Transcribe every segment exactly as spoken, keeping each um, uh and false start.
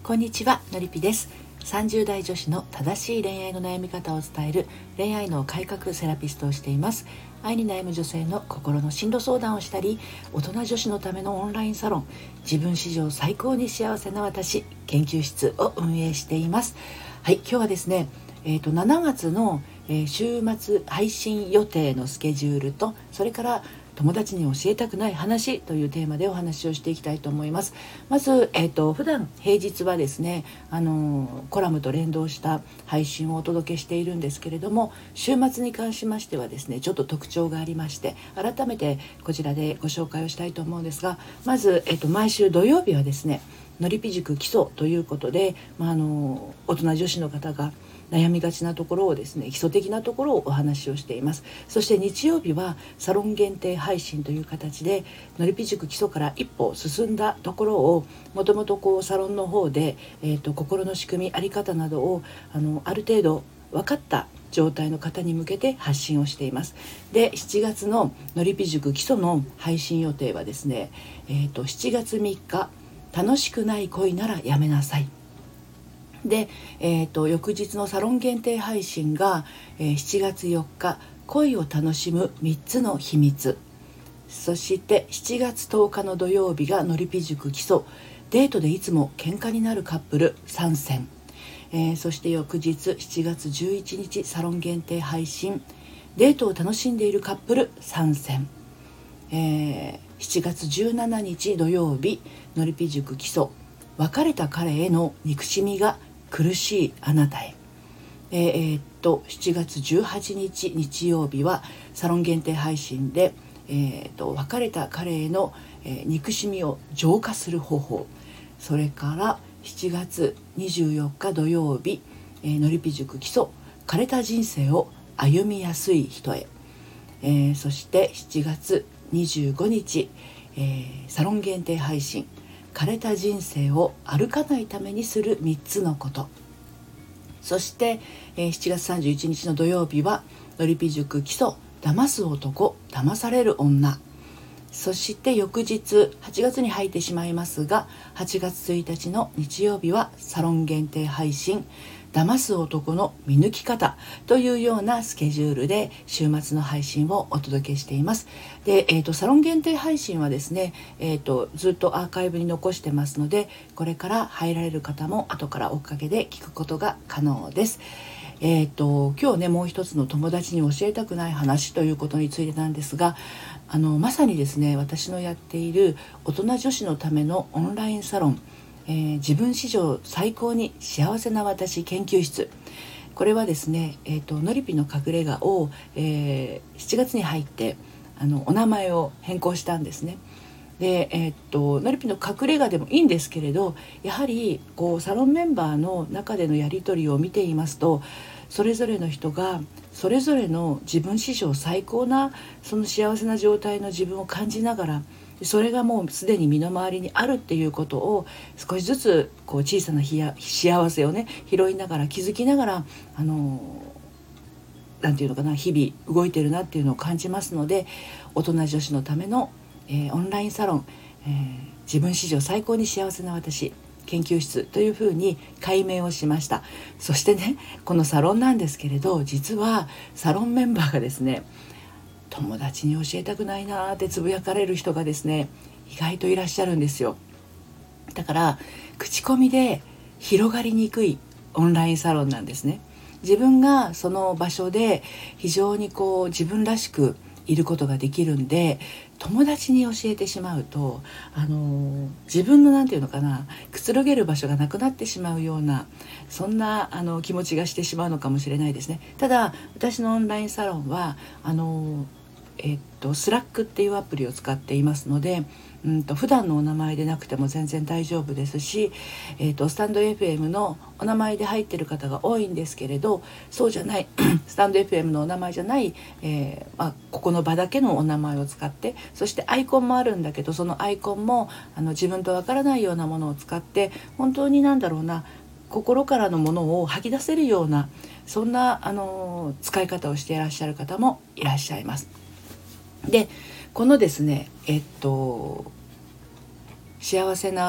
こんにちは、のりぴです。さんじゅう代女子の正しい恋愛の悩み方を伝える恋愛の改革セラピストをしています。愛に悩む女性の心の進路相談をしたり、大人女子のためのオンラインサロン、自分史上最高に幸せな私研究室を運営しています。はい、今日はですね、えーと、しちがつの、えー、週末配信予定のスケジュールと、それから友達に教えたくない話というテーマでお話をしていきたいと思います。まず、えーと、普段平日はですね、あのコラムと連動した配信をお届けしているんですけれども、週末に関しましてはですね、ちょっと特徴がありまして、改めてこちらでご紹介をしたいと思うんですが、まず、えーと、毎週土曜日はですね、のりぴ塾基礎ということで、まあ、あの大人女子の方が悩みがちなところをですね、基礎的なところをお話をしています。そして日曜日はサロン限定配信という形で、のりぴ塾基礎から一歩進んだところを、もともとこうサロンの方で、えーと、心の仕組み、あり方などをあのある程度分かった状態の方に向けて発信をしています。で、しちがつののりぴ塾基礎の配信予定はですね、えーと、しちがつみっか、楽しくない恋ならやめなさい。で、えーと、翌日のサロン限定配信が、えー、しちがつよっか、恋を楽しむみっつの秘密。そしてしちがつとおかの土曜日がのりぴ塾基礎、デートでいつも喧嘩になるカップル参戦。えー、そして翌日しちがつじゅういちにちサロン限定配信、デートを楽しんでいるカップル参戦。えー、しちがつじゅうしちにち土曜日、のりぴ塾基礎、別れた彼への憎しみが苦しいあなたへ。えー、えー、っとしちがつじゅうはちにち日曜日はサロン限定配信で、えー、っと別れた彼への、えー、憎しみを浄化する方法。それからしちがつにじゅうよっか土曜日、えー、のりぴ塾基礎、枯れた人生を歩みやすい人へ。えー、そしてしちがつにじゅうごにち、えー、サロン限定配信、枯れた人生を歩かないためにするみっつのこと。そして、えー、しちがつさんじゅういちにちの土曜日はのりぴ塾基礎、騙す男騙される女。そして翌日はちがつに入ってしまいますが、はちがつついたちの日曜日はサロン限定配信、騙す男の見抜き方というようなスケジュールで週末の配信をお届けしています。で、えーと、サロン限定配信はですね、えーと、ずっとアーカイブに残してますので、これから入られる方も後から追っかけで聞くことが可能です。えーと、今日ね、もう一つの友達に教えたくない話ということについてなんですが、あのまさにですね、私のやっている大人女子のためのオンラインサロン、えー、自分史上最高に幸せな私研究室。これはですね、えーと、のりぴの隠れ家を、えー、しちがつに入ってあのお名前を変更したんですね。で、えー、っとのりぴの隠れ家でもいいんですけれど、やはりこうサロンメンバーの中でのやり取りを見ていますと、それぞれの人がそれぞれの自分史上最高なその幸せな状態の自分を感じながら、それがもうすでに身の回りにあるっていうことを少しずつこう小さなひや幸せをね拾いながら、気づきながら、あのなんていうのかな、日々動いてるなっていうのを感じますので、大人女子のための、えー、オンラインサロン、えー、自分史上最高に幸せな私研究室というふうに改名をしました。そしてね、このサロンなんですけれど、実はサロンメンバーがですね、友達に教えたくないなってつぶやかれる人がですね、意外といらっしゃるんですよ。だから口コミで広がりにくいオンラインサロンなんですね。自分がその場所で非常にこう自分らしくいることができるんで、友達に教えてしまうと、あの自分のなんていうのかな、くつろげる場所がなくなってしまうような、そんなあの気持ちがしてしまうのかもしれないですね。ただ私のオンラインサロンはあのえっとスラックっていうアプリを使っていますので、うんと普段のお名前でなくても全然大丈夫ですし、えっとスタンド エフエム のお名前で入ってる方が多いんですけれど、そうじゃないスタンド エフエム のお名前じゃない、えーまあ、ここの場だけのお名前を使って、そしてアイコンもあるんだけど、そのアイコンもあの自分とわからないようなものを使って、本当になんだろうな、心からのものを吐き出せるような、そんなあの使い方をしていらっしゃる方もいらっしゃいます。で、このですね、えっと幸せな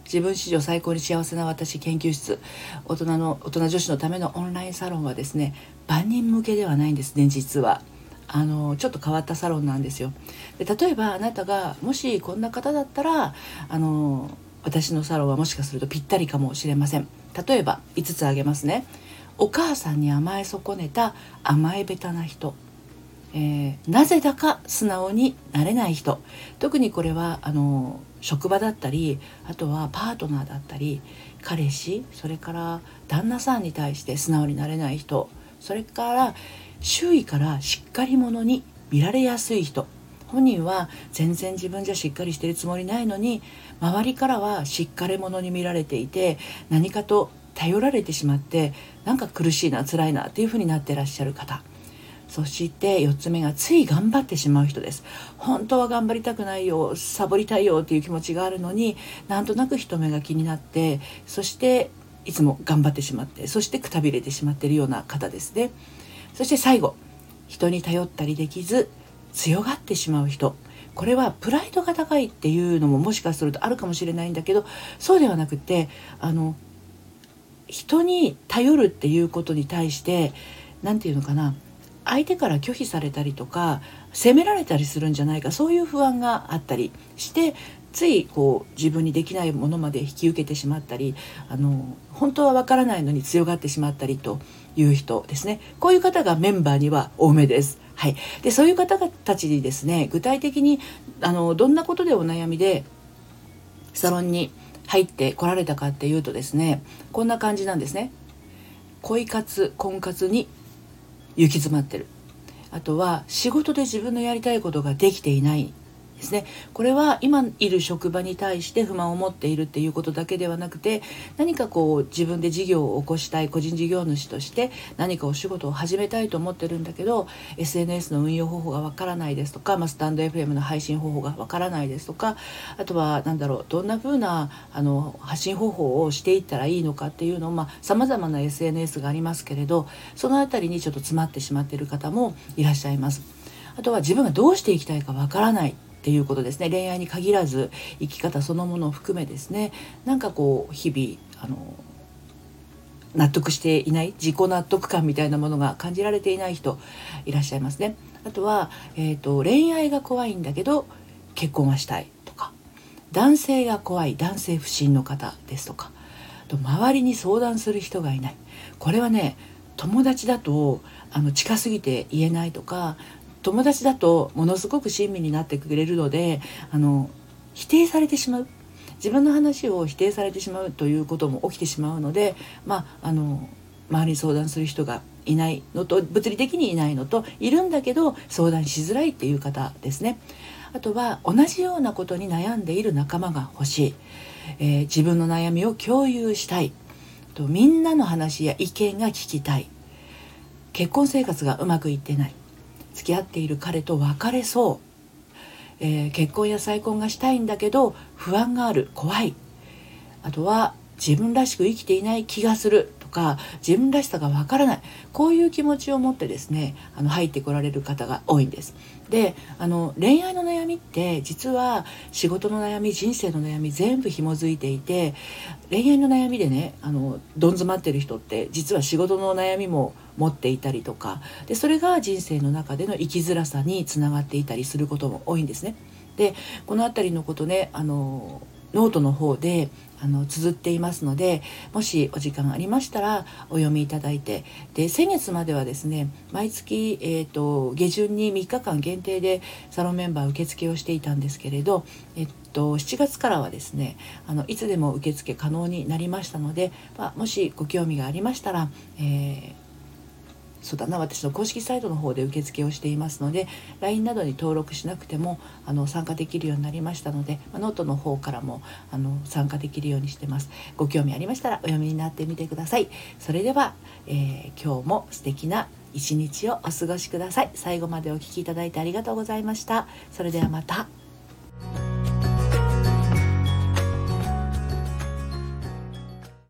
自分史上最高に幸せな私研究室、大人の大人女子のためのオンラインサロンはですね、万人向けではないんですね。実はあのちょっと変わったサロンなんですよ。で例えばあなたがもしこんな方だったら、あの私のサロンはもしかするとぴったりかもしれません。例えばいつつ挙げますね。お母さんに甘え損ねた甘えべたな人、えー、なぜだか素直になれない人、特にこれはあの職場だったり、あとはパートナーだったり、彼氏、それから旦那さんに対して素直になれない人、それから周囲からしっかり者に見られやすい人、本人は全然自分じゃしっかりしてるつもりないのに、周りからはしっかり者に見られていて、何かと頼られてしまって、なんか苦しいな辛いなっていう風になってらっしゃる方。そしてよっつめがつい頑張ってしまう人です。本当は頑張りたくないよ、サボりたいよっていう気持ちがあるのに、なんとなく人目が気になって、そしていつも頑張ってしまって、そしてくたびれてしまっているような方ですね。そして最後、人に頼ったりできず強がってしまう人。これはプライドが高いっていうのももしかするとあるかもしれないんだけど、そうではなくて、あの人に頼るっていうことに対して、なんていうのかな、相手から拒否されたりとか責められたりするんじゃないか、そういう不安があったりして、ついこう自分にできないものまで引き受けてしまったり、あの本当はわからないのに強がってしまったりという人ですね。こういう方がメンバーには多めです。はい、でそういう方たちにですね、具体的にあのどんなことでお悩みでサロンに入ってこられたかっていうとですね、こんな感じなんですね。恋活婚活に行き詰まってる。あとは仕事で自分のやりたいことができていないですね。これは今いる職場に対して不満を持っているっていうことだけではなくて、何かこう自分で事業を起こしたい個人事業主として何かお仕事を始めたいと思ってるんだけど、 エスエヌエス の運用方法がわからないですとか、まあ、スタンド エフエム の配信方法がわからないですとか、あとはなんだろう、どんな風なあの発信方法をしていったらいいのかっていうのを、まあ、様々な エスエヌエス がありますけれど、そのあたりにちょっと詰まってしまっている方もいらっしゃいます。あとは自分がどうしていきたいかわからないっていうことですね。恋愛に限らず生き方そのものを含めですね、なんかこう日々あの納得していない、自己納得感みたいなものが感じられていない人いらっしゃいますね。あとは、えーと、恋愛が怖いんだけど結婚はしたいとか、男性が怖い男性不信の方ですとか、と周りに相談する人がいない。これはね、友達だとあの近すぎて言えないとか、友達だとものすごく親身になってくれるので、あの否定されてしまう、自分の話を否定されてしまうということも起きてしまうので、まあ、あの周りに相談する人がいないのと、物理的にいないのと、いるんだけど相談しづらいっていう方ですね。あとは同じようなことに悩んでいる仲間が欲しい、えー、自分の悩みを共有したいと、みんなの話や意見が聞きたい、結婚生活がうまくいってない、付き合っている彼と別れそう、えー、結婚や再婚がしたいんだけど不安がある、怖い、あとは自分らしく生きていない気がするとか、自分らしさがわからない、こういう気持ちを持ってですね、あの入ってこられる方が多いんです。で、あの恋愛の悩みって実は仕事の悩み、人生の悩み全部紐づいていて、恋愛の悩みでね、あのどん詰まってる人って実は仕事の悩みも持っていたりとかで、それが人生の中での生きづらさにつながっていたりすることも多いんですね。で、このあたりのことね、あのノートの方であの綴っていますので、もしお時間ありましたらお読みいただいて、で先月まではですね、毎月、えーと、下旬にみっかかん限定でサロンメンバー受付をしていたんですけれど、えっと、しちがつからはですね、あのいつでも受付可能になりましたので、まあ、もしご興味がありましたら、えーそうだな、私の公式サイトの方で受付をしていますので、 ライン などに登録しなくてもあの参加できるようになりましたので、まあ、ノートの方からもあの参加できるようにしてます。ご興味ありましたらお読みになってみてください。それでは、えー、今日も素敵な一日をお過ごしください。最後までお聞きいただいてありがとうございました。それではまた。